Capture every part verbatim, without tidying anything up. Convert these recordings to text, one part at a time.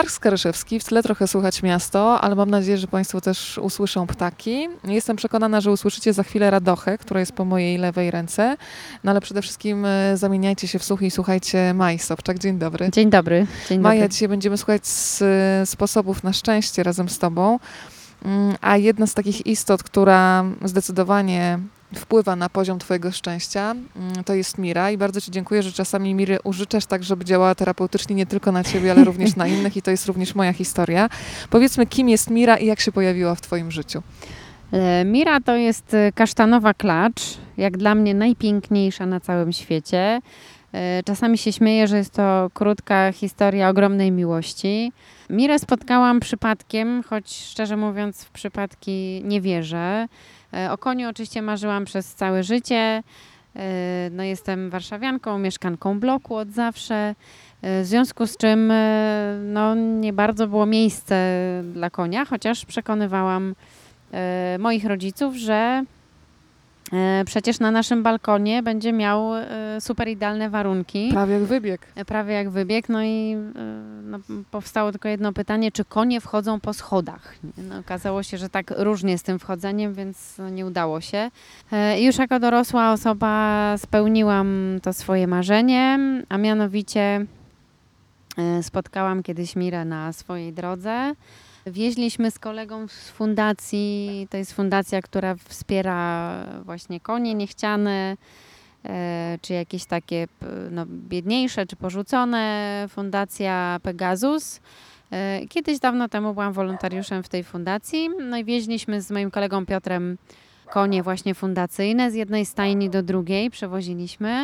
Park Skaryszewski, w tle trochę słychać miasto, ale mam nadzieję, że Państwo też usłyszą ptaki. Jestem przekonana, że usłyszycie za chwilę radochę, która jest po mojej lewej ręce, no ale przede wszystkim e, zamieniajcie się w słuch i słuchajcie Mai Sobczak. Dzień dobry. Dzień dobry. Dzień Maja, dobry. dzisiaj będziemy słuchać z, sposobów na szczęście razem z Tobą, a jedna z takich istot, która zdecydowanie wpływa na poziom Twojego szczęścia, to jest Mira i bardzo Ci dziękuję, że czasami Miry użyczasz tak, żeby działała terapeutycznie nie tylko na Ciebie, ale również na innych i to jest również moja historia. Powiedzmy, kim jest Mira i jak się pojawiła w Twoim życiu? Mira to jest kasztanowa klacz, jak dla mnie najpiękniejsza na całym świecie. Czasami się śmieję, że jest to krótka historia ogromnej miłości. Mirę spotkałam przypadkiem, choć szczerze mówiąc w przypadki nie wierzę. O koniu oczywiście marzyłam przez całe życie. No, jestem warszawianką, mieszkanką bloku od zawsze. W związku z czym no, nie bardzo było miejsce dla konia, chociaż przekonywałam moich rodziców, że przecież na naszym balkonie będzie miał super idealne warunki. Prawie jak wybieg. Prawie jak wybieg. No i no, powstało tylko jedno pytanie, czy konie wchodzą po schodach. No, okazało się, że tak różnie z tym wchodzeniem, więc no, nie udało się. I już jako dorosła osoba spełniłam to swoje marzenie, a mianowicie spotkałam kiedyś Mirę na swojej drodze. Wieźliśmy z kolegą z fundacji, to jest fundacja, która wspiera właśnie konie niechciane, e, czy jakieś takie no, biedniejsze, czy porzucone, fundacja Pegasus. E, kiedyś dawno temu byłam wolontariuszem w tej fundacji, no i wieźliśmy z moim kolegą Piotrem konie właśnie fundacyjne z jednej stajni do drugiej, przewoziliśmy.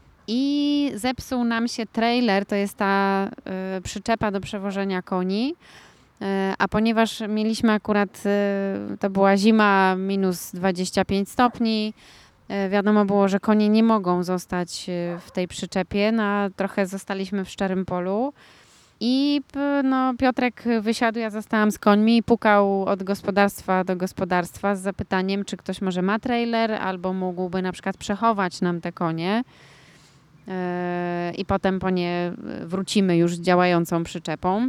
I zepsuł nam się trailer, to jest ta y, przyczepa do przewożenia koni. A ponieważ mieliśmy akurat, to była zima, minus dwadzieścia pięć stopni, wiadomo było, że konie nie mogą zostać w tej przyczepie, no, trochę zostaliśmy w szczerym polu. I no, Piotrek wysiadł, ja zostałam z końmi i pukał od gospodarstwa do gospodarstwa z zapytaniem, czy ktoś może ma trailer, albo mógłby na przykład przechować nam te konie. I potem po nie wrócimy już działającą przyczepą.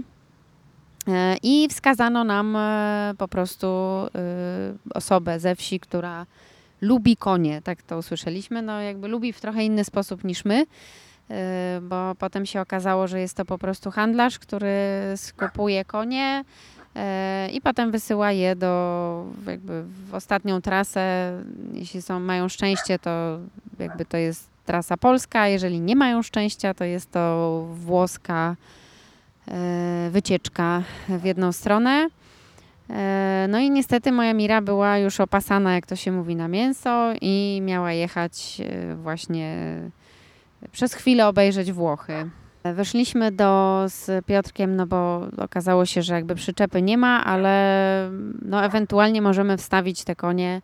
I wskazano nam po prostu osobę ze wsi, która lubi konie, tak to usłyszeliśmy, no jakby lubi w trochę inny sposób niż my, bo potem się okazało, że jest to po prostu handlarz, który skupuje konie i potem wysyła je do jakby w ostatnią trasę. Jeśli są, mają szczęście, to jakby to jest trasa polska, jeżeli nie mają szczęścia, to jest to włoska wycieczka w jedną stronę. No i niestety moja Mira była już opasana, jak to się mówi, na mięso i miała jechać właśnie przez chwilę obejrzeć Włochy. Weszliśmy do, z Piotrkiem, no bo okazało się, że jakby przyczepy nie ma, ale no ewentualnie możemy wstawić te konie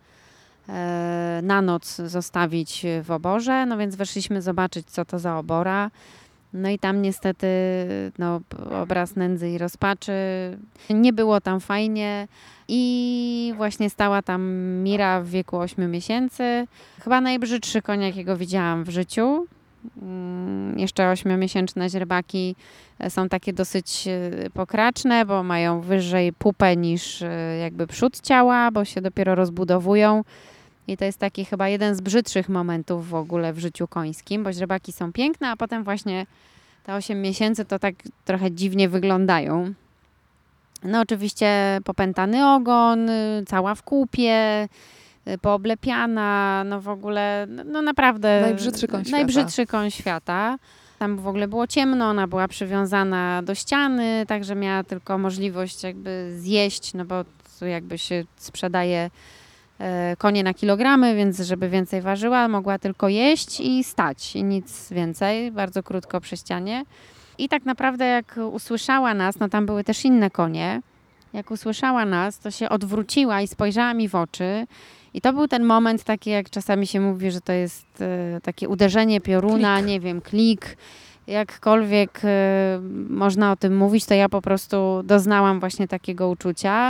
na noc, zostawić w oborze. No więc weszliśmy zobaczyć, co to za obora. No i tam niestety no, obraz nędzy i rozpaczy. Nie było tam fajnie i właśnie stała tam Mira w wieku ośmiu miesięcy. Chyba najbrzydszy koń, jakiego widziałam w życiu. Jeszcze ośmiomiesięczne źrebaki są takie dosyć pokraczne, bo mają wyżej pupę niż jakby przód ciała, bo się dopiero rozbudowują. I to jest taki chyba jeden z brzydszych momentów w ogóle w życiu końskim, bo źrebaki są piękne, a potem właśnie te osiem miesięcy to tak trochę dziwnie wyglądają. No oczywiście popętany ogon, cała w kupie, pooblepiana, no w ogóle, no naprawdę Najbrzydszy koń świata. Najbrzydszy koń świata. Tam w ogóle było ciemno, ona była przywiązana do ściany, także miała tylko możliwość jakby zjeść, no bo tu jakby się sprzedaje konie na kilogramy, więc żeby więcej ważyła, mogła tylko jeść i stać i nic więcej, bardzo krótko przy ścianie. I tak naprawdę jak usłyszała nas, no tam były też inne konie, jak usłyszała nas, to się odwróciła i spojrzała mi w oczy i to był ten moment taki, jak czasami się mówi, że to jest e, takie uderzenie pioruna, klik. nie wiem, klik, jakkolwiek e, można o tym mówić, to ja po prostu doznałam właśnie takiego uczucia.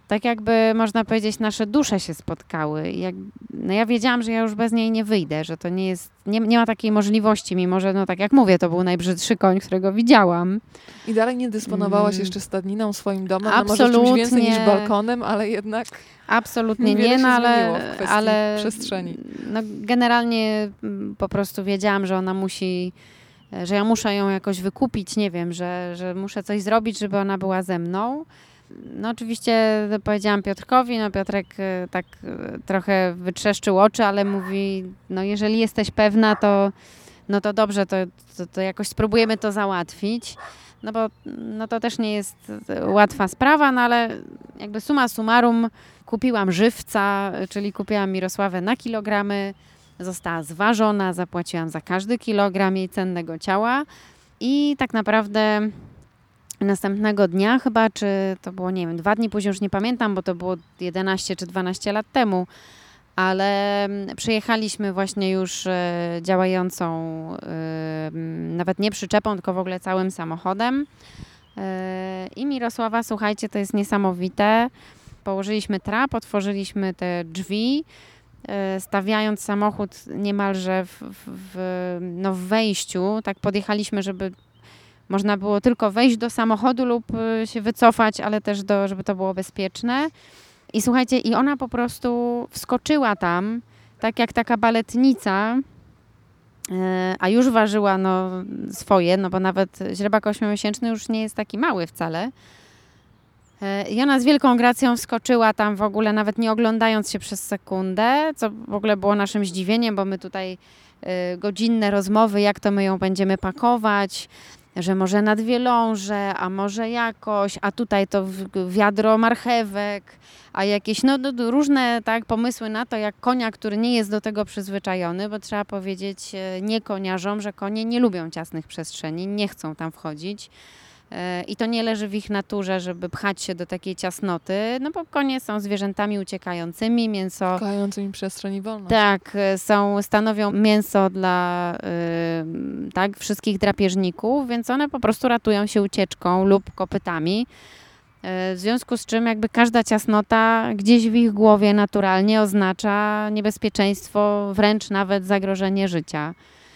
tak jakby można powiedzieć, nasze dusze się spotkały. Jak, no ja wiedziałam, że ja już bez niej nie wyjdę, że to nie jest, nie, nie ma takiej możliwości, mimo że, no tak jak mówię, to był najbrzydszy koń, którego widziałam. I dalej nie dysponowałaś Mm. jeszcze stadniną, swoim domem, no może Absolutnie. czymś więcej niż balkonem, ale jednak Absolutnie wiele nie, się no ale, zmieniło w kwestii ale przestrzeni. no generalnie mm, po prostu wiedziałam, że ona musi, że ja muszę ją jakoś wykupić, nie wiem, że, że muszę coś zrobić, żeby ona była ze mną. No oczywiście powiedziałam Piotrkowi, no Piotrek e, tak e, trochę wytrzeszczył oczy, ale mówi, no jeżeli jesteś pewna, to no to dobrze, to, to, to jakoś spróbujemy to załatwić. No bo no to też nie jest łatwa sprawa, no ale jakby summa summarum kupiłam żywca, czyli kupiłam Mirosławę na kilogramy, została zważona, zapłaciłam za każdy kilogram jej cennego ciała i tak naprawdę następnego dnia chyba, czy to było, nie wiem, dwa dni później, już nie pamiętam, bo to było jedenaście czy dwanaście lat temu, ale przyjechaliśmy właśnie już e, działającą e, nawet nie przyczepą, tylko w ogóle całym samochodem. E, I Mirosława, słuchajcie, to jest niesamowite. Położyliśmy trap, otworzyliśmy te drzwi, e, stawiając samochód niemalże w, w, w, no w wejściu. Tak podjechaliśmy, żeby można było tylko wejść do samochodu lub e, się wycofać, ale też do, żeby to było bezpieczne. I słuchajcie, i ona po prostu wskoczyła tam, tak jak taka baletnica, e, a już ważyła no, swoje, no bo nawet źrebak ośmiomiesięczny już nie jest taki mały wcale. E, I ona z wielką gracją wskoczyła tam w ogóle, nawet nie oglądając się przez sekundę, co w ogóle było naszym zdziwieniem, bo my tutaj e, godzinne rozmowy, jak to my ją będziemy pakować, że może na dwie ląże, a może jakoś, a tutaj to wiadro marchewek, a jakieś no, no, różne tak, pomysły na to, jak konia, który nie jest do tego przyzwyczajony, bo trzeba powiedzieć nie koniarzom, że konie nie lubią ciasnych przestrzeni, nie chcą tam wchodzić. I to nie leży w ich naturze, żeby pchać się do takiej ciasnoty, no bo konie są zwierzętami uciekającymi, mięso... Kochającymi przestrzeń i wolność. Tak, są, stanowią mięso dla y, tak, wszystkich drapieżników, więc one po prostu ratują się ucieczką lub kopytami. Y, w związku z czym jakby każda ciasnota gdzieś w ich głowie naturalnie oznacza niebezpieczeństwo, wręcz nawet zagrożenie życia.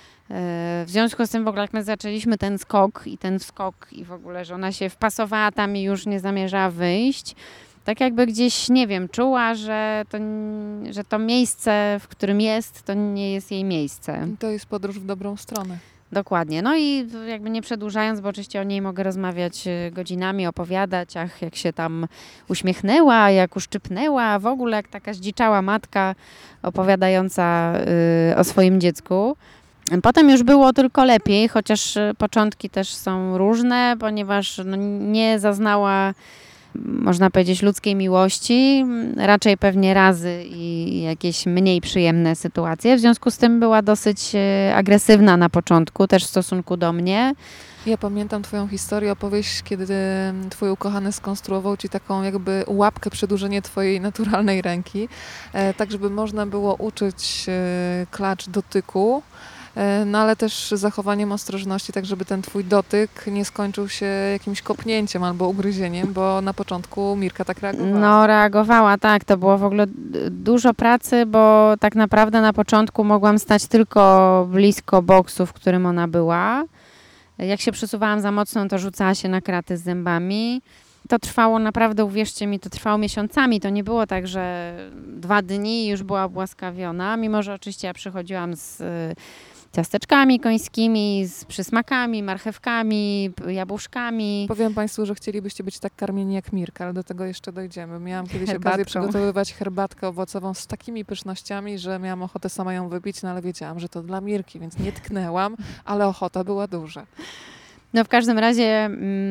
W związku z tym w ogóle jak my zaczęliśmy ten skok i ten wskok i w ogóle, że ona się wpasowała tam i już nie zamierzała wyjść, tak jakby gdzieś, nie wiem, czuła, że to, że to miejsce, w którym jest, to nie jest jej miejsce. I to jest podróż w dobrą stronę. Dokładnie. No i jakby nie przedłużając, bo oczywiście o niej mogę rozmawiać godzinami, opowiadać, ach, jak się tam uśmiechnęła, jak uszczypnęła, w ogóle jak taka zdziczała matka opowiadająca y, o swoim dziecku. Potem już było tylko lepiej, chociaż początki też są różne, ponieważ no, nie zaznała, można powiedzieć, ludzkiej miłości, raczej pewnie razy i jakieś mniej przyjemne sytuacje. W związku z tym była dosyć agresywna na początku, też w stosunku do mnie. Ja pamiętam twoją historię, opowieść, kiedy twój ukochany skonstruował ci taką jakby łapkę, przedłużenie twojej naturalnej ręki, tak żeby można było uczyć klacz dotyku. No ale też zachowaniem ostrożności, tak żeby ten twój dotyk nie skończył się jakimś kopnięciem albo ugryzieniem, bo na początku Mirka tak reagowała. No reagowała, tak. To było w ogóle dużo pracy, bo tak naprawdę na początku mogłam stać tylko blisko boksu, w którym ona była. Jak się przesuwałam za mocno, to rzucała się na kraty z zębami. To trwało naprawdę, uwierzcie mi, to trwało miesiącami. To nie było tak, że dwa dni już była błaskawiona, mimo że oczywiście ja przychodziłam z ciasteczkami końskimi, z przysmakami, marchewkami, jabłuszkami. Powiem Państwu, że chcielibyście być tak karmieni jak Mirka, ale do tego jeszcze dojdziemy. Miałam kiedyś Herbatką. okazję przygotowywać herbatkę owocową z takimi pysznościami, że miałam ochotę sama ją wypić, no ale wiedziałam, że to dla Mirki, więc nie tknęłam, ale ochota była duża. No w każdym razie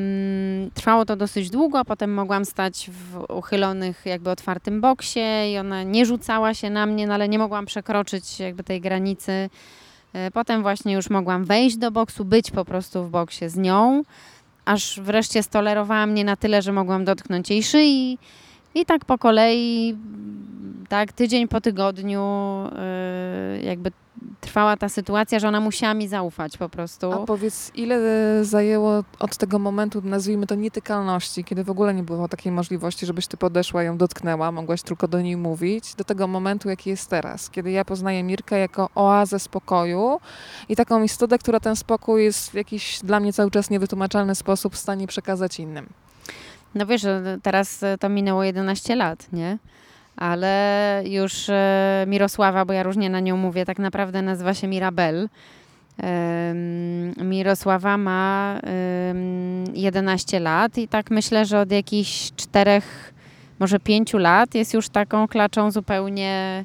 mm, trwało to dosyć długo, potem mogłam stać w uchylonych jakby otwartym boksie i ona nie rzucała się na mnie, no ale nie mogłam przekroczyć jakby tej granicy. Potem właśnie już mogłam wejść do boksu, być po prostu w boksie z nią, aż wreszcie stolerowała mnie na tyle, że mogłam dotknąć jej szyi i tak po kolei, tak tydzień po tygodniu jakby trwała ta sytuacja, że ona musiała mi zaufać po prostu. A powiedz, ile zajęło od tego momentu, nazwijmy to nietykalności, kiedy w ogóle nie było takiej możliwości, żebyś ty podeszła, ją dotknęła, mogłaś tylko do niej mówić, do tego momentu, jaki jest teraz, kiedy ja poznaję Mirkę jako oazę spokoju i taką istotę, która ten spokój jest w jakiś dla mnie cały czas niewytłumaczalny sposób w stanie przekazać innym. No wiesz, że teraz to minęło jedenaście lat, nie? Ale już e, Mirosława, bo ja różnie na nią mówię, tak naprawdę nazywa się Mirabel. Mirosława ma jedenaście lat i tak myślę, że od jakichś czterech, może pięciu lat jest już taką klaczą zupełnie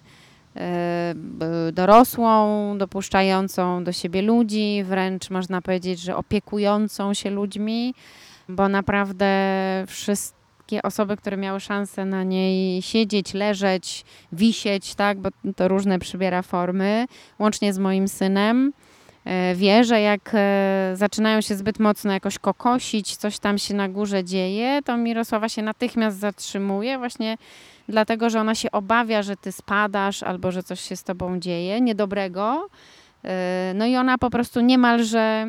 e, dorosłą, dopuszczającą do siebie ludzi, wręcz można powiedzieć, że opiekującą się ludźmi, bo naprawdę wszystkie osoby, które miały szansę na niej siedzieć, leżeć, wisieć, tak, bo to różne przybiera formy, łącznie z moim synem, wie, że jak zaczynają się zbyt mocno jakoś kokosić, coś tam się na górze dzieje, to Mirosława się natychmiast zatrzymuje właśnie dlatego, że ona się obawia, że ty spadasz albo że coś się z tobą dzieje niedobrego. No i ona po prostu niemalże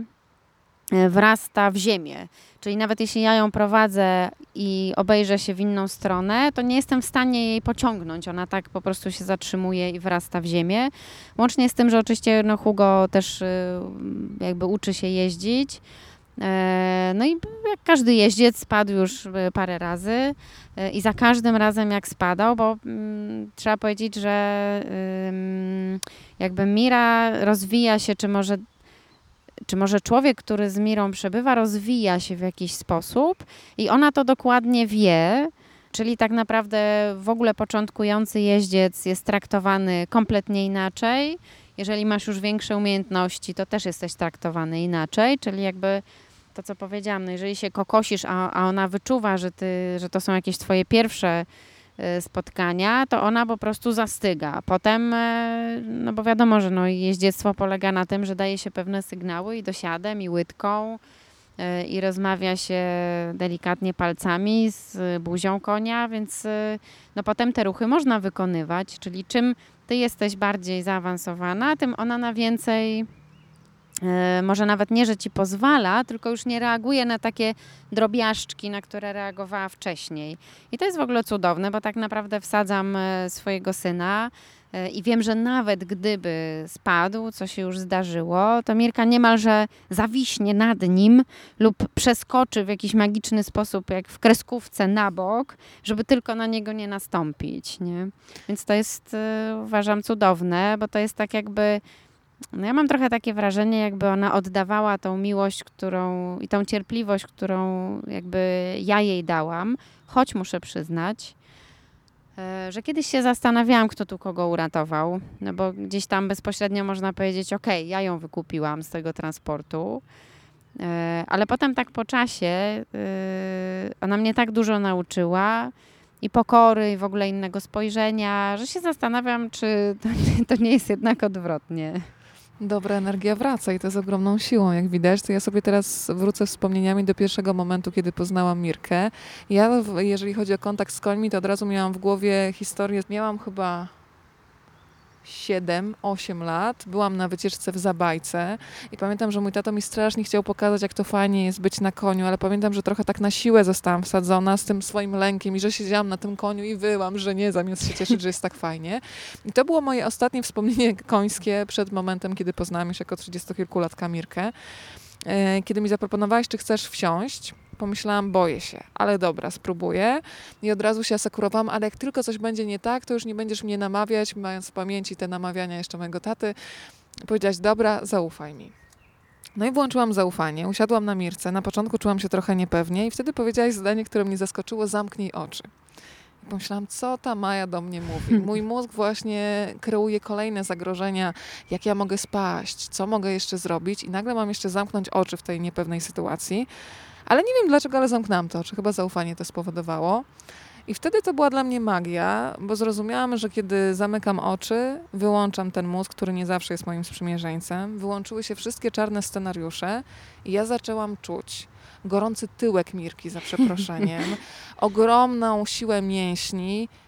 wrasta w ziemię. Czyli nawet jeśli ja ją prowadzę i obejrzę się w inną stronę, to nie jestem w stanie jej pociągnąć. Ona tak po prostu się zatrzymuje i wrasta w ziemię. Łącznie z tym, że oczywiście no, Hugo też jakby uczy się jeździć. No i jak każdy jeździec spadł już parę razy i za każdym razem jak spadał, bo mm, trzeba powiedzieć, że ym, jakby Mira rozwija się, czy może czy może człowiek, który z Mirą przebywa, rozwija się w jakiś sposób i ona to dokładnie wie, czyli tak naprawdę w ogóle początkujący jeździec jest traktowany kompletnie inaczej. Jeżeli masz już większe umiejętności, to też jesteś traktowany inaczej, czyli jakby to, co powiedziałam, no jeżeli się kokosisz, a, a ona wyczuwa, że, ty, że to są jakieś twoje pierwsze spotkania, to ona po prostu zastyga. Potem, no bo wiadomo, że no jeździectwo polega na tym, że daje się pewne sygnały i dosiadem, i łydką, i rozmawia się delikatnie palcami z buzią konia, więc no potem te ruchy można wykonywać, czyli czym ty jesteś bardziej zaawansowana, tym ona na więcej może nawet nie, że ci pozwala, tylko już nie reaguje na takie drobiażdżki, na które reagowała wcześniej. I to jest w ogóle cudowne, bo tak naprawdę wsadzam swojego syna i wiem, że nawet gdyby spadł, co się już zdarzyło, to Mirka niemalże zawiśnie nad nim lub przeskoczy w jakiś magiczny sposób, jak w kreskówce, na bok, żeby tylko na niego nie nastąpić, nie? Więc to jest, uważam, cudowne, bo to jest tak jakby... No ja mam trochę takie wrażenie, jakby ona oddawała tą miłość, którą i tą cierpliwość, którą jakby ja jej dałam, choć muszę przyznać, że kiedyś się zastanawiałam, kto tu kogo uratował, no bo gdzieś tam bezpośrednio można powiedzieć, okej, okay, ja ją wykupiłam z tego transportu, ale potem tak po czasie ona mnie tak dużo nauczyła i pokory, i w ogóle innego spojrzenia, że się zastanawiam, czy to, to nie jest jednak odwrotnie. Dobra energia wraca i to z ogromną siłą, jak widać. To ja sobie teraz wrócę wspomnieniami do pierwszego momentu, kiedy poznałam Mirkę. Ja, jeżeli chodzi o kontakt z końmi, to od razu miałam w głowie historię. Miałam chyba siedem, osiem lat. Byłam na wycieczce w Zabajce i pamiętam, że mój tato mi strasznie chciał pokazać, jak to fajnie jest być na koniu, ale pamiętam, że trochę tak na siłę zostałam wsadzona z tym swoim lękiem i że siedziałam na tym koniu i wyłam, że nie, zamiast się cieszyć, że jest tak fajnie. I to było moje ostatnie wspomnienie końskie przed momentem, kiedy poznałam już jako trzydziestokilkulatka Mirkę. Kiedy mi zaproponowałaś, czy chcesz wsiąść, pomyślałam, boję się, ale dobra, spróbuję. I od razu się asekurowałam, ale jak tylko coś będzie nie tak, to już nie będziesz mnie namawiać, mając w pamięci te namawiania jeszcze mojego taty. Powiedziałaś, dobra, zaufaj mi. No i włączyłam zaufanie, usiadłam na Mirce. Na początku czułam się trochę niepewnie i wtedy powiedziałaś zdanie, które mnie zaskoczyło, zamknij oczy. I pomyślałam, co ta Maja do mnie mówi. Mój mózg właśnie kreuje kolejne zagrożenia, jak ja mogę spaść, co mogę jeszcze zrobić i nagle mam jeszcze zamknąć oczy w tej niepewnej sytuacji. Ale nie wiem dlaczego, ale zamknęłam te oczy. Chyba zaufanie to spowodowało. I wtedy to była dla mnie magia, bo zrozumiałam, że kiedy zamykam oczy, wyłączam ten mózg, który nie zawsze jest moim sprzymierzeńcem. Wyłączyły się wszystkie czarne scenariusze i ja zaczęłam czuć gorący tyłek Mirki, za przeproszeniem, ogromną siłę mięśni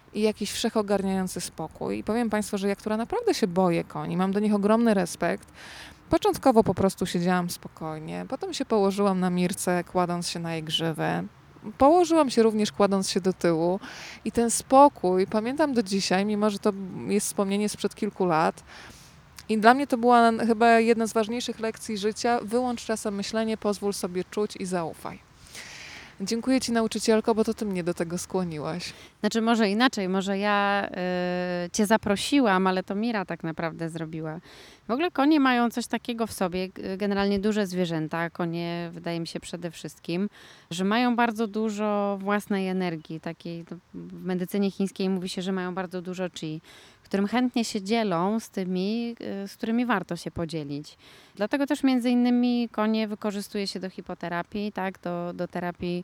i jakiś wszechogarniający spokój. I powiem Państwu, że ja, która naprawdę się boję koni, mam do nich ogromny respekt, początkowo po prostu siedziałam spokojnie, potem się położyłam na Mirce, kładąc się na jej grzywę. Położyłam się również kładąc się do tyłu i ten spokój pamiętam do dzisiaj, mimo że to jest wspomnienie sprzed kilku lat. I dla mnie to była chyba jedna z ważniejszych lekcji życia. Wyłącz czasem myślenie, pozwól sobie czuć i zaufaj. Dziękuję Ci, nauczycielko, bo to Ty mnie do tego skłoniłaś. Znaczy może inaczej, może ja y, Cię zaprosiłam, ale to Mira tak naprawdę zrobiła. W ogóle konie mają coś takiego w sobie, generalnie duże zwierzęta, konie wydaje mi się przede wszystkim, że mają bardzo dużo własnej energii, takiej w medycynie chińskiej mówi się, że mają bardzo dużo chi, którym chętnie się dzielą z tymi, z którymi warto się podzielić. Dlatego też między innymi konie wykorzystuje się do hipoterapii, tak, do, do terapii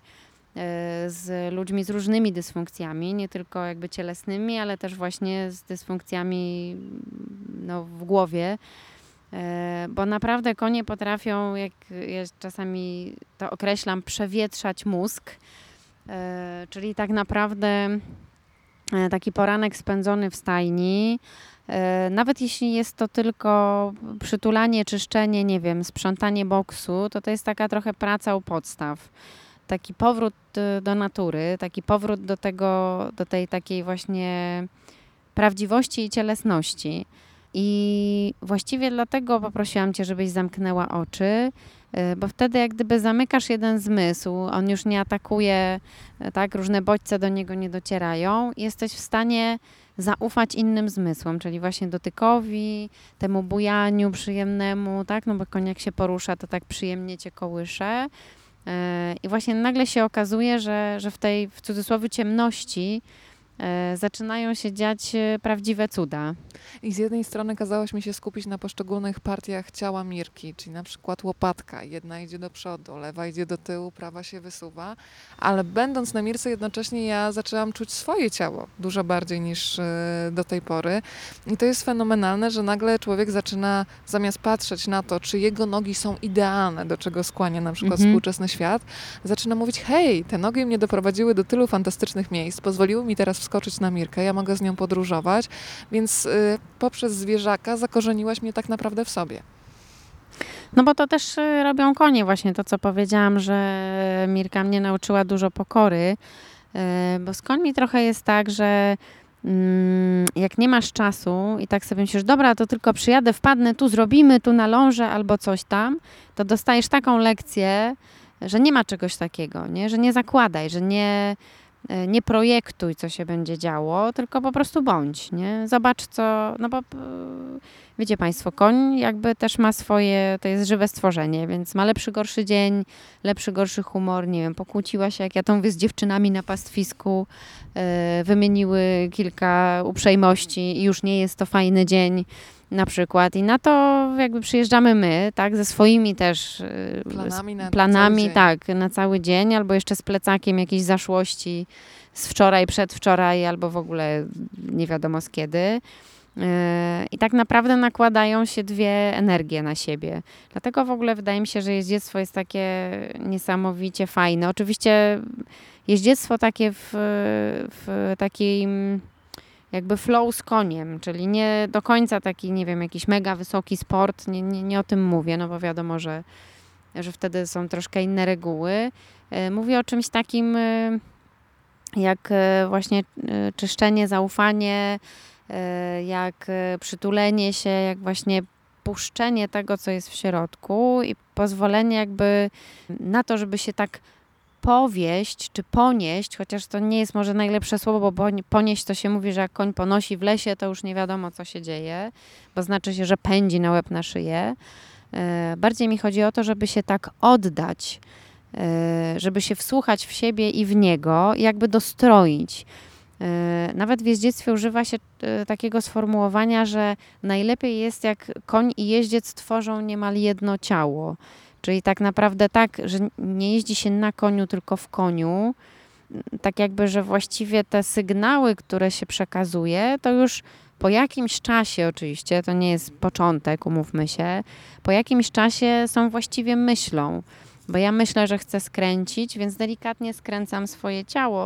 z ludźmi z różnymi dysfunkcjami, nie tylko jakby cielesnymi, ale też właśnie z dysfunkcjami no, w głowie, bo naprawdę konie potrafią, jak ja czasami to określam, przewietrzać mózg, czyli tak naprawdę taki poranek spędzony w stajni, nawet jeśli jest to tylko przytulanie, czyszczenie, nie wiem, sprzątanie boksu, to to jest taka trochę praca u podstaw. Taki powrót do natury, taki powrót do tego, do tej takiej właśnie prawdziwości i cielesności. I właściwie dlatego poprosiłam Cię, żebyś zamknęła oczy, bo wtedy jak gdyby zamykasz jeden zmysł, on już nie atakuje, tak, różne bodźce do niego nie docierają i jesteś w stanie zaufać innym zmysłom, czyli właśnie dotykowi, temu bujaniu przyjemnemu, tak, no bo koń jak się porusza, to tak przyjemnie Cię kołysze. I właśnie nagle się okazuje, że, że w tej, w cudzysłowie, ciemności e, zaczynają się dziać prawdziwe cuda. I z jednej strony kazałaś mi się skupić na poszczególnych partiach ciała Mirki, czyli na przykład łopatka. Jedna idzie do przodu, lewa idzie do tyłu, prawa się wysuwa. Ale będąc na Mirce jednocześnie ja zaczęłam czuć swoje ciało dużo bardziej niż do tej pory. I to jest fenomenalne, że nagle człowiek zaczyna zamiast patrzeć na to, czy jego nogi są idealne, do czego skłania na przykład mhm. współczesny świat, zaczyna mówić, hej, te nogi mnie doprowadziły do tylu fantastycznych miejsc, pozwoliły mi teraz wskoczyć na Mirkę, ja mogę z nią podróżować, więc y, poprzez zwierzaka zakorzeniłaś mnie tak naprawdę w sobie. No bo to też robią konie właśnie, to co powiedziałam, że Mirka mnie nauczyła dużo pokory, bo z końmi trochę jest tak, że jak nie masz czasu i tak sobie myślisz, dobra, to tylko przyjadę, wpadnę, tu zrobimy, tu nalążę albo coś tam, to dostajesz taką lekcję, że nie ma czegoś takiego, nie? Że nie zakładaj, że nie, nie projektuj, co się będzie działo, tylko po prostu bądź, nie? Zobacz, co... No bo wiecie Państwo, koń jakby też ma swoje... To jest żywe stworzenie, więc ma lepszy, gorszy dzień, lepszy, gorszy humor, nie wiem, pokłóciła się, jak ja to mówię, z dziewczynami na pastwisku, yy, wymieniły kilka uprzejmości i już nie jest to fajny dzień, na przykład. I na to jakby przyjeżdżamy my, tak, ze swoimi też yy, planami, na, planami cały tak, na cały dzień, albo jeszcze z plecakiem jakiejś zaszłości z wczoraj, przedwczoraj, albo w ogóle nie wiadomo z kiedy. I tak naprawdę nakładają się dwie energie na siebie. Dlatego w ogóle wydaje mi się, że jeździectwo jest takie niesamowicie fajne. Oczywiście jeździectwo takie w, w takim jakby flow z koniem, czyli nie do końca taki, nie wiem, jakiś mega wysoki sport, nie, nie, nie o tym mówię, no bo wiadomo, że, że wtedy są troszkę inne reguły. Mówię o czymś takim jak właśnie czyszczenie, zaufanie, jak przytulenie się, jak właśnie puszczenie tego, co jest w środku i pozwolenie jakby na to, żeby się tak powieść, czy ponieść, chociaż to nie jest może najlepsze słowo, bo ponieść to się mówi, że jak koń ponosi w lesie, to już nie wiadomo, co się dzieje, bo znaczy się, że pędzi na łeb na szyję. Bardziej mi chodzi o to, żeby się tak oddać, żeby się wsłuchać w siebie i w niego, jakby dostroić. Nawet w jeździectwie używa się takiego sformułowania, że najlepiej jest, jak koń i jeździec tworzą niemal jedno ciało. Czyli tak naprawdę tak, że nie jeździ się na koniu, tylko w koniu. Tak jakby, że właściwie te sygnały, które się przekazuje, to już po jakimś czasie oczywiście, to nie jest początek, umówmy się, po jakimś czasie są właściwie myślą. Bo ja myślę, że chcę skręcić, więc delikatnie skręcam swoje ciało.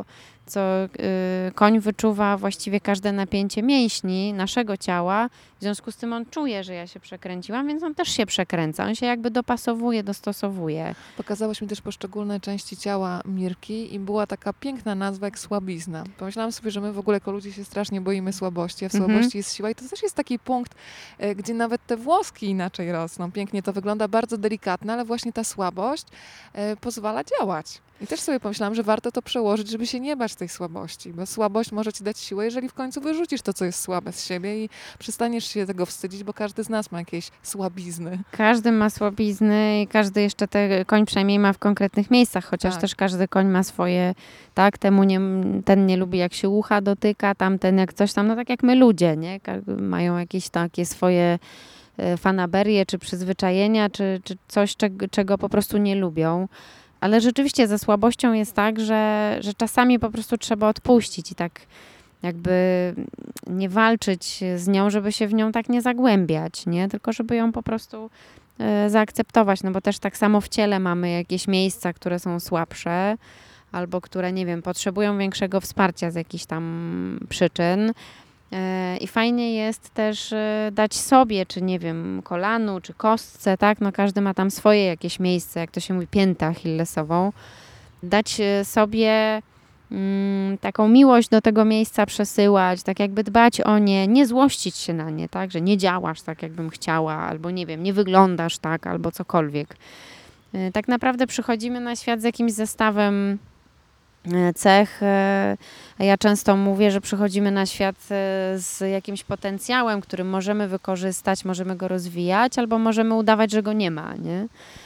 co y, koń wyczuwa właściwie każde napięcie mięśni naszego ciała, w związku z tym on czuje, że ja się przekręciłam, więc on też się przekręca, on się jakby dopasowuje, dostosowuje. Pokazałaś mi też poszczególne części ciała Mirki i była taka piękna nazwa jak słabizna. Pomyślałam sobie, że my w ogóle jako ludzie się strasznie boimy słabości, a w Mhm. słabości jest siła i to też jest taki punkt, e, gdzie nawet te włoski inaczej rosną. Pięknie to wygląda, bardzo delikatne, ale właśnie ta słabość e, pozwala działać. I też sobie pomyślałam, że warto to przełożyć, żeby się nie bać tej słabości, bo słabość może ci dać siłę, jeżeli w końcu wyrzucisz to, co jest słabe z siebie i przestaniesz się tego wstydzić, bo każdy z nas ma jakieś słabizny. Każdy ma słabizny i każdy jeszcze te koń przynajmniej ma w konkretnych miejscach, chociaż Tak. też każdy koń ma swoje, tak, temu nie, ten nie lubi jak się ucha dotyka, tamten jak coś tam, no tak jak my ludzie, nie, Ka- mają jakieś takie swoje e, fanaberie, czy przyzwyczajenia, czy, czy coś, czego, czego po prostu nie lubią. Ale rzeczywiście ze słabością jest tak, że, że czasami po prostu trzeba odpuścić i tak jakby nie walczyć z nią, żeby się w nią tak nie zagłębiać, nie? Tylko żeby ją po prostu e, zaakceptować, no bo też tak samo w ciele mamy jakieś miejsca, które są słabsze albo które, nie wiem, potrzebują większego wsparcia z jakichś tam przyczyn. E, I fajnie jest też e, dać sobie, czy nie wiem, kolanu, czy kostce, tak? No każdy ma tam swoje jakieś miejsce, jak to się mówi, piętę achillesową. Dać e, sobie mm, taką miłość do tego miejsca przesyłać, tak jakby dbać o nie, nie złościć się na nie, tak? Że nie działasz tak, jakbym chciała, albo nie wiem, nie wyglądasz tak, albo cokolwiek. E, tak naprawdę przychodzimy na świat z jakimś zestawem cech. Ja często mówię, że przychodzimy na świat z jakimś potencjałem, który możemy wykorzystać, możemy go rozwijać, albo możemy udawać, że go nie ma, nie?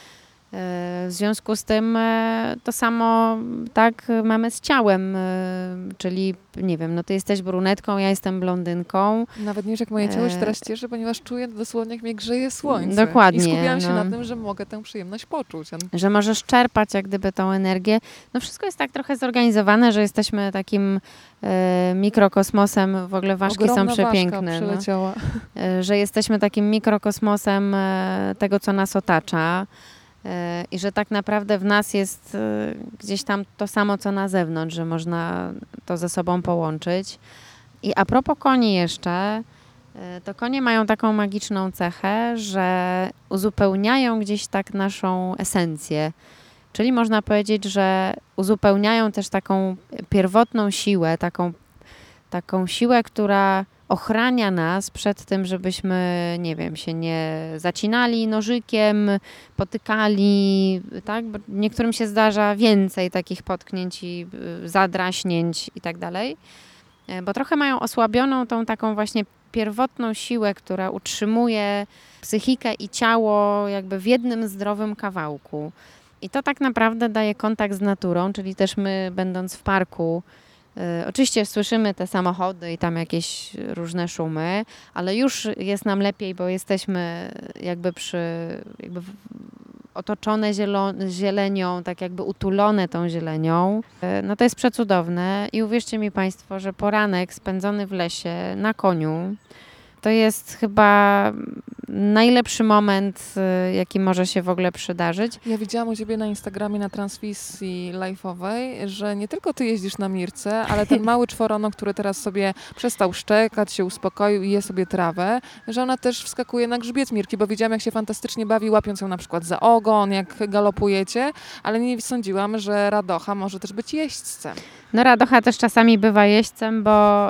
W związku z tym to samo tak mamy z ciałem, czyli nie wiem, no ty jesteś brunetką, ja jestem blondynką. Nawet nie wiesz, jak moje ciało się teraz cieszy, ponieważ czuję dosłownie, jak mnie grzeje słońce. Dokładnie. I skupiłam się no. na tym, że mogę tę przyjemność poczuć. Że możesz czerpać jak gdyby tą energię. No wszystko jest tak trochę zorganizowane, że jesteśmy takim e, mikrokosmosem, w ogóle ważki Ogromna są przepiękne. ważka przyleciała. No. E, że jesteśmy takim mikrokosmosem e, tego, co nas otacza. E, I że tak naprawdę w nas jest e, gdzieś tam to samo, co na zewnątrz, że można to ze sobą połączyć. I a propos koni jeszcze, to konie mają taką magiczną cechę, że uzupełniają gdzieś tak naszą esencję. Czyli można powiedzieć, że uzupełniają też taką pierwotną siłę, taką, taką siłę, która ochrania nas przed tym, żebyśmy, nie wiem, się nie zacinali nożykiem, potykali, tak? Bo niektórym się zdarza więcej takich potknięć i zadraśnięć i tak dalej. Bo trochę mają osłabioną tą taką właśnie pierwotną siłę, która utrzymuje psychikę i ciało jakby w jednym zdrowym kawałku. I to tak naprawdę daje kontakt z naturą, czyli też my, będąc w parku, y, oczywiście słyszymy te samochody i tam jakieś różne szumy, ale już jest nam lepiej, bo jesteśmy jakby przy jakby w, otoczone zielo, zielenią, tak jakby utulone tą zielenią. No to jest przecudowne i uwierzcie mi Państwo, że poranek spędzony w lesie na koniu to jest chyba najlepszy moment, jaki może się w ogóle przydarzyć. Ja widziałam u Ciebie na Instagramie na transmisji live'owej, że nie tylko Ty jeździsz na Mirce, ale ten mały czworonok, który teraz sobie przestał szczekać, się uspokoił i je sobie trawę, że ona też wskakuje na grzbiet Mirki, bo widziałam, jak się fantastycznie bawi, łapiąc ją na przykład za ogon, jak galopujecie, ale nie sądziłam, że Radocha może też być jeźdźcem. No Radocha też czasami bywa jeźdźcem, bo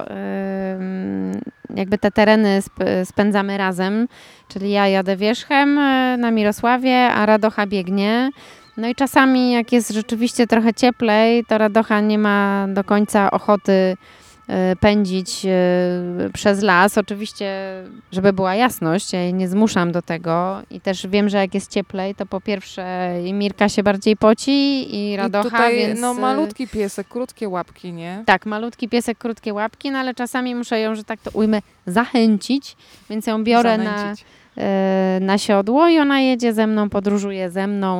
yy, jakby te tereny sp- spędzamy razem, czyli ja jadę wierzchem na Mirosławie, a Radocha biegnie. No i czasami jak jest rzeczywiście trochę cieplej, to Radocha nie ma do końca ochoty pędzić przez las. Oczywiście, żeby była jasność, ja jej nie zmuszam do tego i też wiem, że jak jest cieplej, to po pierwsze i Mirka się bardziej poci i Radocha, I tutaj, więc... no malutki piesek, krótkie łapki, nie? Tak, malutki piesek, krótkie łapki, no ale czasami muszę ją, że tak to ujmę, zachęcić, więc ją biorę na, Zanęcić. na siodło i ona jedzie ze mną, podróżuje ze mną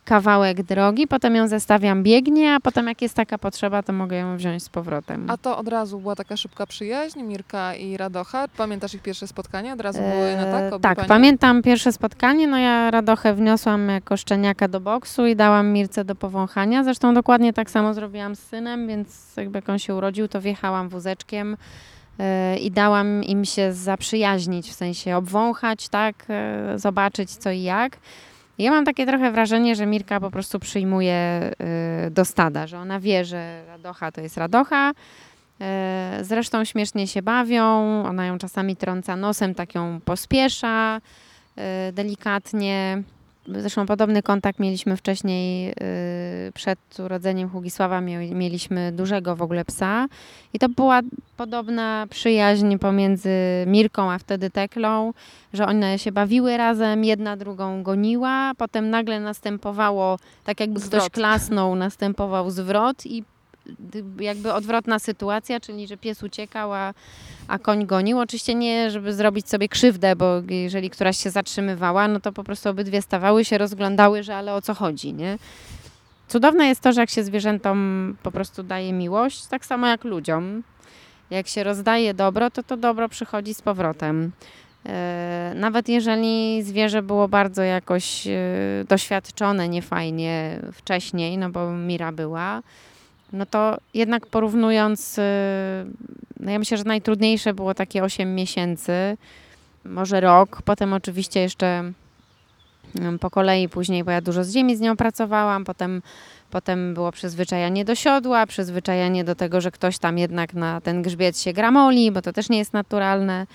kawałek drogi, potem ją zestawiam, biegnie, a potem jak jest taka potrzeba, to mogę ją wziąć z powrotem. A to od razu była taka szybka przyjaźń, Mirka i Radocha? Pamiętasz ich pierwsze spotkanie? Od razu były na tak? Obie tak, panie? pamiętam pierwsze spotkanie, no ja Radochę wniosłam jako szczeniaka do boksu i dałam Mirce do powąchania. Zresztą dokładnie tak samo zrobiłam z synem, więc jakby jak on się urodził, to wjechałam wózeczkiem yy, i dałam im się zaprzyjaźnić, w sensie obwąchać, tak, yy, zobaczyć co i jak. Ja mam takie trochę wrażenie, że Mirka po prostu przyjmuje y, do stada, że ona wie, że Radocha to jest Radocha. Y, zresztą śmiesznie się bawią, ona ją czasami trąca nosem, tak ją pospiesza y, delikatnie. Zresztą podobny kontakt mieliśmy wcześniej y, przed urodzeniem Hugisława, mieliśmy dużego w ogóle psa i to była podobna przyjaźń pomiędzy Mirką a wtedy Teklą, że one się bawiły razem, jedna drugą goniła, potem nagle następowało, tak jakby Zwrot. ktoś klasnął, następował zwrot i jakby odwrotna sytuacja, czyli że pies uciekał, a, a koń gonił. Oczywiście nie, żeby zrobić sobie krzywdę, bo jeżeli któraś się zatrzymywała, no to po prostu obydwie stawały się, rozglądały, że ale o co chodzi, nie? Cudowne jest to, że jak się zwierzętom po prostu daje miłość, tak samo jak ludziom. Jak się rozdaje dobro, to to dobro przychodzi z powrotem. E, nawet jeżeli zwierzę było bardzo jakoś e, doświadczone niefajnie wcześniej, no bo Mira była, no to jednak porównując, no ja myślę, że najtrudniejsze było takie osiem miesięcy, może rok, potem oczywiście jeszcze po kolei później, bo ja dużo z ziemi z nią pracowałam, potem, potem było przyzwyczajanie do siodła, przyzwyczajanie do tego, że ktoś tam jednak na ten grzbiet się gramoli, bo to też nie jest naturalne.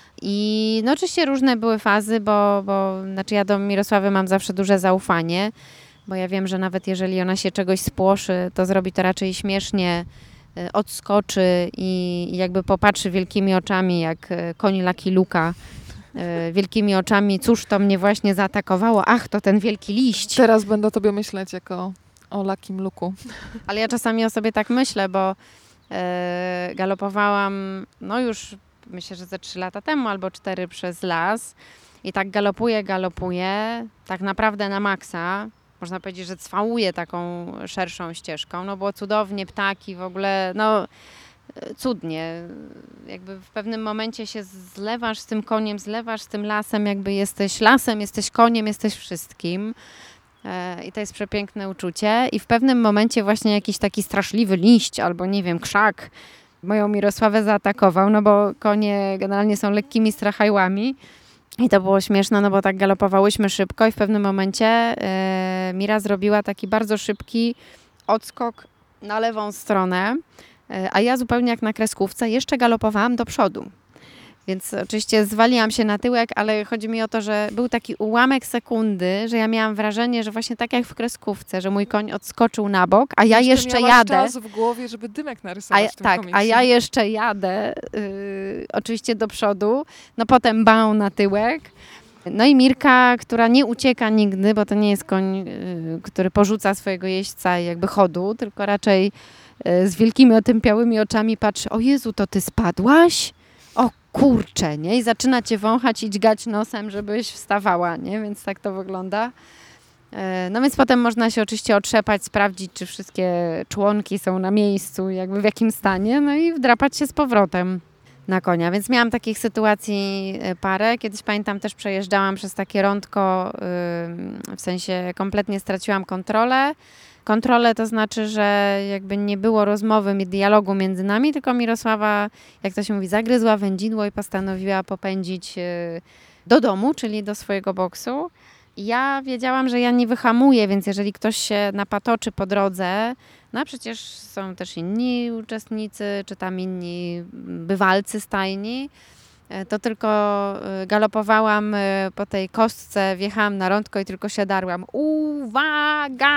I no oczywiście różne były fazy, bo, bo znaczy ja do Mirosławy mam zawsze duże zaufanie, bo ja wiem, że nawet jeżeli ona się czegoś spłoszy, to zrobi to raczej śmiesznie, odskoczy i jakby popatrzy wielkimi oczami, jak koń Lucky Luka, wielkimi oczami, cóż to mnie właśnie zaatakowało, ach, to ten wielki liść. Teraz będę o tobie myśleć jako o Luckim Luku. Ale ja czasami o sobie tak myślę, bo e, galopowałam, no już myślę, że ze trzy lata temu albo cztery przez las i tak galopuję, galopuję, tak naprawdę na maksa. Można powiedzieć, że cwałuję taką szerszą ścieżką, no było cudownie, ptaki w ogóle, no cudnie. Jakby w pewnym momencie się zlewasz z tym koniem, zlewasz z tym lasem, jakby jesteś lasem, jesteś koniem, jesteś wszystkim. I to jest przepiękne uczucie. I w pewnym momencie właśnie jakiś taki straszliwy liść albo nie wiem, krzak moją Mirosławę zaatakował, no bo konie generalnie są lekkimi strachajłami. I to było śmieszne, no bo tak galopowałyśmy szybko i w pewnym momencie e, Mira zrobiła taki bardzo szybki odskok na lewą stronę, e, a ja zupełnie jak na kreskówce jeszcze galopowałam do przodu. Więc oczywiście zwaliłam się na tyłek, ale chodzi mi o to, że był taki ułamek sekundy, że ja miałam wrażenie, że właśnie tak jak w kreskówce, że mój koń odskoczył na bok, a ja jeszcze jadę. czas w głowie, żeby dymek narysować a, w tym Tak, komiksie. a ja jeszcze jadę yy, oczywiście do przodu, no potem bał na tyłek. No i Mirka, która nie ucieka nigdy, bo to nie jest koń, yy, który porzuca swojego jeźdźca i jakby chodu, tylko raczej yy, z wielkimi otępiałymi oczami patrzy, o Jezu, to ty spadłaś? O kurczę, nie? I zaczyna cię wąchać i dźgać nosem, żebyś wstawała, nie? Więc tak to wygląda. No więc potem można się oczywiście otrzepać, sprawdzić, czy wszystkie członki są na miejscu, jakby w jakim stanie, no i wdrapać się z powrotem na konia. Więc miałam takich sytuacji parę. Kiedyś pamiętam, też przejeżdżałam przez takie rądko, w sensie kompletnie straciłam kontrolę. Kontrolę to znaczy, że jakby nie było rozmowy, dialogu między nami, tylko Mirosława, jak to się mówi, zagryzła wędzidło i postanowiła popędzić do domu, czyli do swojego boksu. Ja wiedziałam, że ja nie wyhamuję, więc jeżeli ktoś się napatoczy po drodze, no a przecież są też inni uczestnicy, czy tam inni bywalcy stajni, to tylko galopowałam po tej kostce, wjechałam na rądko i tylko się darłam. Uwaga!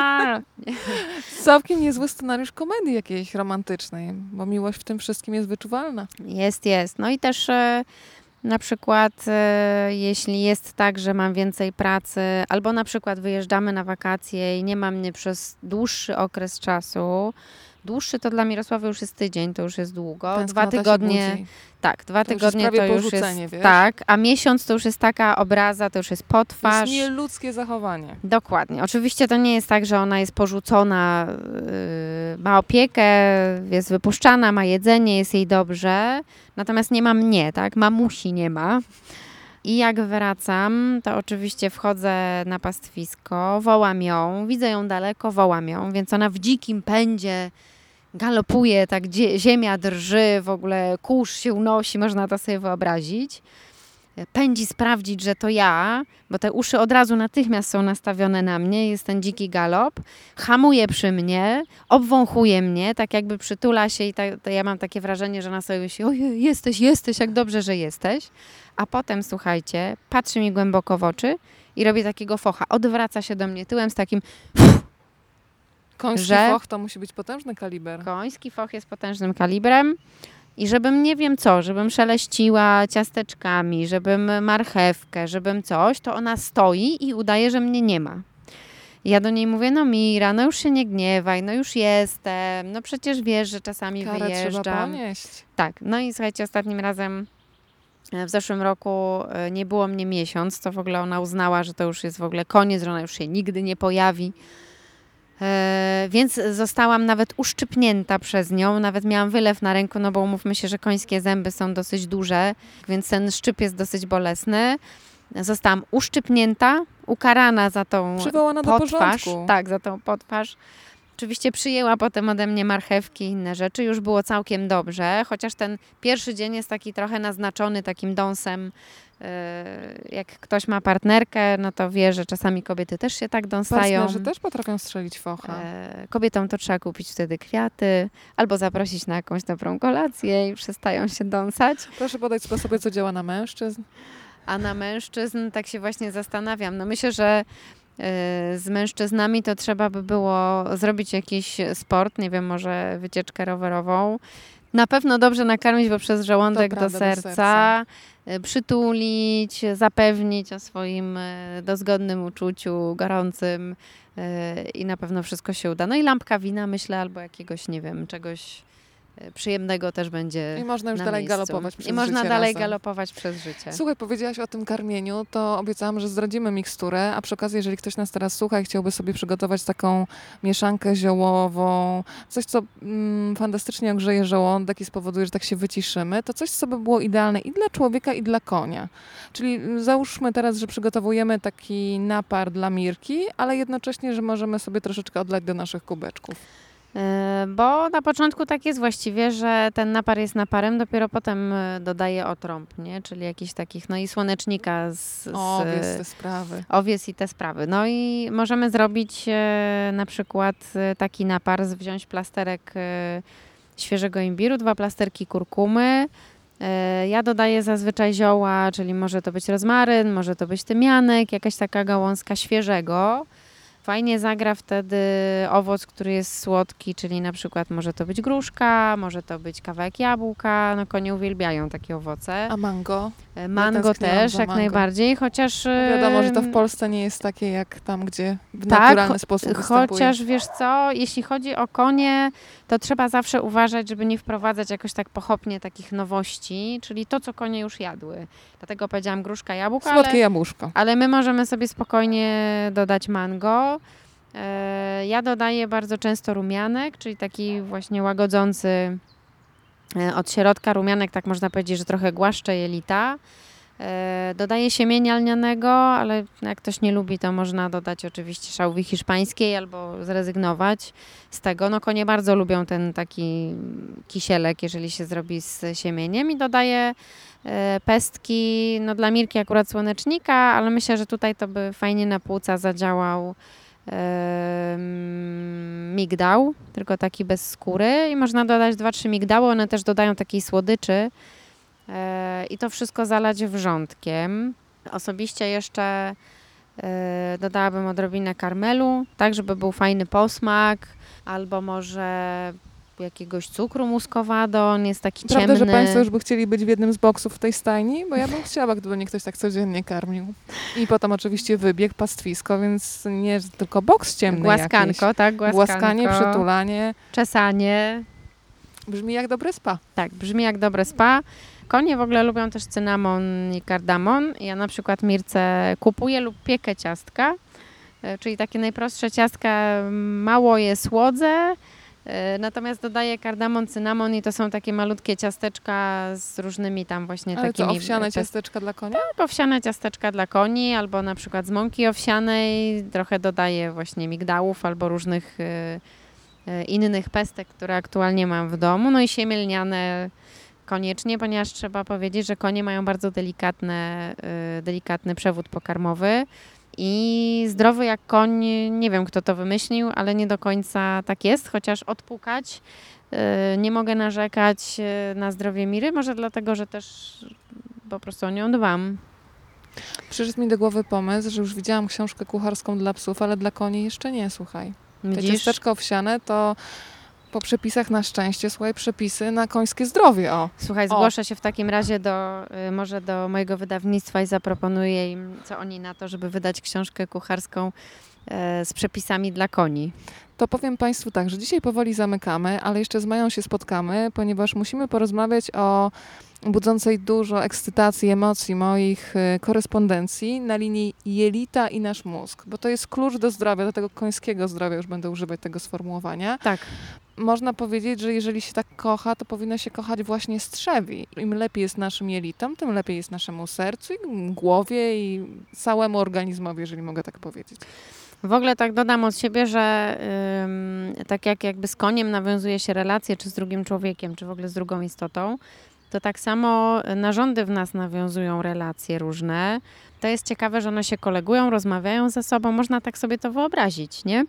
Całkiem niezły scenariusz komedii jakiejś romantycznej, bo miłość w tym wszystkim jest wyczuwalna. Jest, jest. No i też na przykład jeśli jest tak, że mam więcej pracy, albo na przykład wyjeżdżamy na wakacje i nie ma mnie przez dłuższy okres czasu, Dłuższy to dla Mirosławy już jest tydzień, to już jest długo. Tęsknota Dwa się tygodnie, budzi. tak, dwa To już jest tygodnie prawie to już porzucenie, jest, wiesz? tak, a miesiąc to już jest taka obraza, to już jest To potwarz. jest nieludzkie zachowanie. Dokładnie. Oczywiście to nie jest tak, że ona jest porzucona, yy, ma opiekę, jest wypuszczana, ma jedzenie, jest jej dobrze, natomiast nie ma mnie, tak? Mamusi nie ma. I jak wracam, to oczywiście wchodzę na pastwisko, wołam ją, widzę ją daleko, wołam ją, więc ona w dzikim pędzie galopuje, tak dzie- ziemia drży, w ogóle kurz się unosi, można to sobie wyobrazić. Pędzi sprawdzić, że to ja, bo te uszy od razu natychmiast są nastawione na mnie, jest ten dziki galop, hamuje przy mnie, obwąchuje mnie, tak jakby przytula się i ta, to ja mam takie wrażenie, że ona sobie myśli, ojej, jesteś, jesteś, jak dobrze, że jesteś. A potem, słuchajcie, patrzy mi głęboko w oczy i robi takiego focha, odwraca się do mnie tyłem z takim Koński że- foch to musi być potężny kaliber. koński foch jest potężnym kalibrem. I żebym nie wiem co, żebym szeleściła ciasteczkami, żebym marchewkę, żebym coś, to ona stoi i udaje, że mnie nie ma. I ja do niej mówię, no Mira, no już się nie gniewaj, no już jestem, no przecież wiesz, że czasami Karę trzeba wyjeżdżam. ponieść. Tak, no i słuchajcie, ostatnim razem e, w zeszłym roku e, nie było mnie miesiąc, to w ogóle ona uznała, że to już jest w ogóle koniec, że ona już się nigdy nie pojawi. E, więc zostałam nawet uszczypnięta przez nią, nawet miałam wylew na ręku, no bo umówmy się, że końskie zęby są dosyć duże, więc ten szczyp jest dosyć bolesny. Zostałam uszczypnięta, ukarana za tą Przywołana do potwarz. porządku. Tak, za tą potwarz. Oczywiście przyjęła potem ode mnie marchewki i inne rzeczy. Już było całkiem dobrze, chociaż ten pierwszy dzień jest taki trochę naznaczony takim dąsem. Yy, Jak ktoś ma partnerkę, no to wie, że czasami kobiety też się tak dąsają. Partnerzy też potrafią strzelić focha. E, Kobietom to trzeba kupić wtedy kwiaty albo zaprosić na jakąś dobrą kolację i przestają się dąsać. Proszę podać sposoby, co działa na mężczyzn. A na mężczyzn tak się właśnie zastanawiam. No myślę, że y, z mężczyznami to trzeba by było zrobić jakiś sport, nie wiem, może wycieczkę rowerową. Na pewno dobrze nakarmić poprzez żołądek To do prawda, do serca, serca. y, przytulić, zapewnić o swoim y, dozgodnym uczuciu, gorącym y, i na pewno wszystko się uda. No i lampka wina, myślę, albo jakiegoś, nie wiem, czegoś y, przyjemnego też będzie I można już na dalej miejscu. galopować przez I można życie dalej razem. galopować przez życie. Słuchaj, powiedziałaś o tym karmieniu, to obiecałam, że zdradzimy miksturę, a przy okazji, jeżeli ktoś nas teraz słucha i chciałby sobie przygotować taką mieszankę ziołową, coś, co mm, fantastycznie ogrzeje żołądek i spowoduje, że tak się wyciszymy, to coś, co by było idealne i dla człowieka, i dla konia. Czyli mm, załóżmy teraz, że przygotowujemy taki napar dla Mirki, ale jednocześnie, że możemy sobie troszeczkę odlać do naszych kubeczków. E, Bo na początku tak jest właściwie, że ten napar jest naparem, dopiero potem e, dodaję otrąb, nie? Czyli jakichś takich, no i słonecznika z, z O, jest te sprawy. owiec i te sprawy. No i możemy zrobić e, na przykład e, taki napar, z- wziąć plasterek e, świeżego imbiru, dwa plasterki kurkumy. E, Ja dodaję zazwyczaj zioła, czyli może to być rozmaryn, może to być tymianek, jakaś taka gałązka świeżego. Fajnie zagra wtedy owoc, który jest słodki, czyli na przykład może to być gruszka, może to być kawałek jabłka. No konie uwielbiają takie owoce. A mango? E, Mango tęskniłam też, za jak mango. najbardziej, chociaż... No wiadomo, że to w em, Polsce nie jest takie jak tam, gdzie w Tak, naturalny cho- sposób występuje. Chociaż wiesz co, jeśli chodzi o konie, to trzeba zawsze uważać, żeby nie wprowadzać jakoś tak pochopnie takich nowości, czyli to, co konie już jadły. Dlatego powiedziałam gruszka, jabłko, Słodkie ale, jabłuszko. ale my możemy sobie spokojnie dodać mango. E, Ja dodaję bardzo często rumianek, czyli taki właśnie łagodzący e, od środka rumianek, tak można powiedzieć, że trochę głaszcze jelita. E, Dodaję siemienia lnianego, ale jak ktoś nie lubi, to można dodać oczywiście szałwi hiszpańskiej albo zrezygnować z tego. No konie bardzo lubią ten taki kisielek, jeżeli się zrobi z siemieniem i dodaję e, pestki, no dla Mirki akurat słonecznika, ale myślę, że tutaj to by fajnie na płuca zadziałał em, migdał, tylko taki bez skóry i można dodać dwa trzy migdały, one też dodają takiej słodyczy. E, I to wszystko zalać wrzątkiem. Osobiście jeszcze e, dodałabym odrobinę karmelu, tak żeby był fajny posmak, albo może jakiegoś cukru muskowado, on jest taki Prawda, ciemny. że Państwo już by chcieli być w jednym z boksów w tej stajni? Bo ja bym chciała, gdyby mnie ktoś tak codziennie karmił. I potem oczywiście wybieg, pastwisko, więc nie tylko boks ciemny Głaskanko, jakiś. tak? Głaskanko. Głaskanie, przytulanie. Czesanie. Brzmi jak dobre spa. Tak, brzmi jak dobre spa. Konie w ogóle lubią też cynamon i kardamon. Ja na przykład Mirce kupuję lub piekę ciastka, e, czyli takie najprostsze ciastka, mało je słodzę, e, natomiast dodaję kardamon, cynamon i to są takie malutkie ciasteczka z różnymi tam właśnie Ale takimi... to owsiane pes- ciasteczka dla konia? Tak, owsiane ciasteczka dla koni, albo na przykład z mąki owsianej. Trochę dodaję właśnie migdałów albo różnych e, e, innych pestek, które aktualnie mam w domu. No i siemię lniane koniecznie, ponieważ trzeba powiedzieć, że konie mają bardzo delikatne, y, delikatny przewód pokarmowy i zdrowy jak koń, nie wiem kto to wymyślił, ale nie do końca tak jest, chociaż odpukać y, nie mogę narzekać y, na zdrowie Miry, może dlatego, że też po prostu o nią dbam. Przyszedł mi do głowy pomysł, że już widziałam książkę kucharską dla psów, ale dla koni jeszcze nie, słuchaj. Te Widzisz? ciasteczka owsiane to po przepisach na szczęście, słuchaj, przepisy na końskie zdrowie, o. Słuchaj, zgłoszę się w takim razie do, y, może do mojego wydawnictwa i zaproponuję im, co oni na to, żeby wydać książkę kucharską y, z przepisami dla koni. To powiem Państwu tak, że dzisiaj powoli zamykamy, ale jeszcze z Mają się spotkamy, ponieważ musimy porozmawiać o budzącej dużo ekscytacji, emocji moich y, korespondencji na linii jelita i nasz mózg, bo to jest klucz do zdrowia, do tego końskiego zdrowia, już będę używać tego sformułowania. Tak. Można powiedzieć, że jeżeli się tak kocha, to powinno się kochać właśnie strzewi. Im lepiej jest naszym jelitom, tym lepiej jest naszemu sercu, i głowie i całemu organizmowi, jeżeli mogę tak powiedzieć. W ogóle tak dodam od siebie, że ym, tak jak jakby z koniem nawiązuje się relacje, czy z drugim człowiekiem, czy w ogóle z drugą istotą, to tak samo narządy w nas nawiązują relacje różne. To jest ciekawe, że one się kolegują, rozmawiają ze sobą. Można tak sobie to wyobrazić, nie? Ym,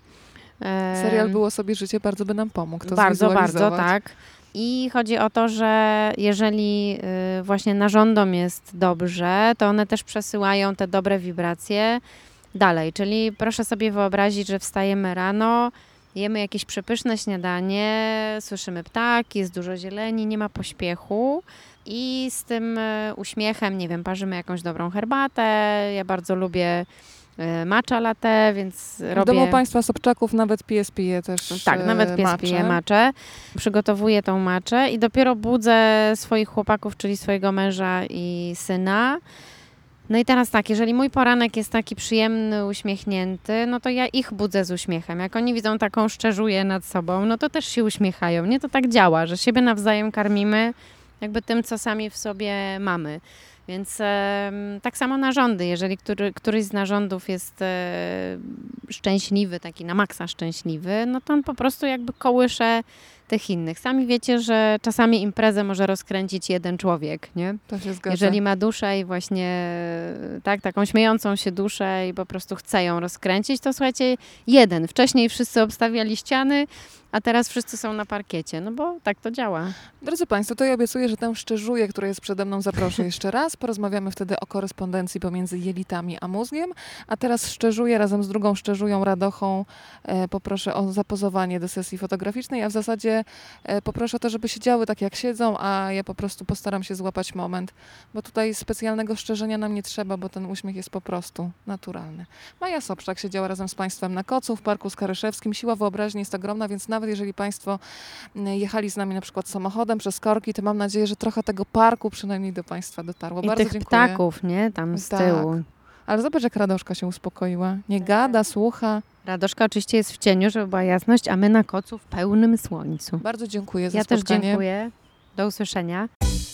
Serial Było sobie życie bardzo by nam pomógł to Bardzo, bardzo, zwizualizować. tak. I chodzi o to, że jeżeli y, właśnie narządom jest dobrze, to one też przesyłają te dobre wibracje dalej. Czyli proszę sobie wyobrazić, że wstajemy rano, jemy jakieś przepyszne śniadanie, słyszymy ptaki, jest dużo zieleni, nie ma pośpiechu i z tym y, uśmiechem, nie wiem, parzymy jakąś dobrą herbatę. Ja bardzo lubię y, matcha latte, więc W robię... domu państwa Sobczaków nawet pies pije też Tak, e, nawet pies matchę. pije maczę. Przygotowuję tą maczę i dopiero budzę swoich chłopaków, czyli swojego męża i syna. No i teraz tak, jeżeli mój poranek jest taki przyjemny, uśmiechnięty, no to ja ich budzę z uśmiechem. Jak oni widzą taką szczerzuję nad sobą, no to też się uśmiechają. Nie, to tak działa, że siebie nawzajem karmimy jakby tym, co sami w sobie mamy. Więc e, tak samo narządy. Jeżeli który, któryś z narządów jest e, szczęśliwy, taki na maksa szczęśliwy, no to on po prostu jakby kołysze tych innych. Sami wiecie, że czasami imprezę może rozkręcić jeden człowiek, nie? To się zgadza. Jeżeli ma duszę i właśnie tak, taką śmiejącą się duszę i po prostu chce ją rozkręcić, to słuchajcie, jeden. Wcześniej wszyscy obstawiali ściany, a teraz wszyscy są na parkiecie, no bo tak to działa. Drodzy Państwo, to ja obiecuję, że tę szczerzuję, która jest przede mną, zaproszę jeszcze raz. Porozmawiamy wtedy o korespondencji pomiędzy jelitami a mózgiem. A teraz szczerzuję razem z drugą szczerzują Radochą. E, poproszę o zapozowanie do sesji fotograficznej, a w zasadzie e, poproszę o to, żeby siedziały tak jak siedzą, a ja po prostu postaram się złapać moment, bo tutaj specjalnego szczerzenia nam nie trzeba, bo ten uśmiech jest po prostu naturalny. Maja Sobczak siedziała razem z Państwem na kocu w Parku Skaryszewskim. Siła wyobraźni jest ogromna, więc nawet jeżeli Państwo jechali z nami na przykład samochodem przez korki, to mam nadzieję, że trochę tego parku przynajmniej do Państwa dotarło. I Bardzo tych dziękuję. ptaków, nie? Tam z Tak. tyłu. Ale zobacz, jak Radoszka się uspokoiła. Nie gada, słucha. Radoszka oczywiście jest w cieniu, żeby była jasność, a my na kocu w pełnym słońcu. Bardzo dziękuję za Ja też spotkanie. dziękuję. Do usłyszenia.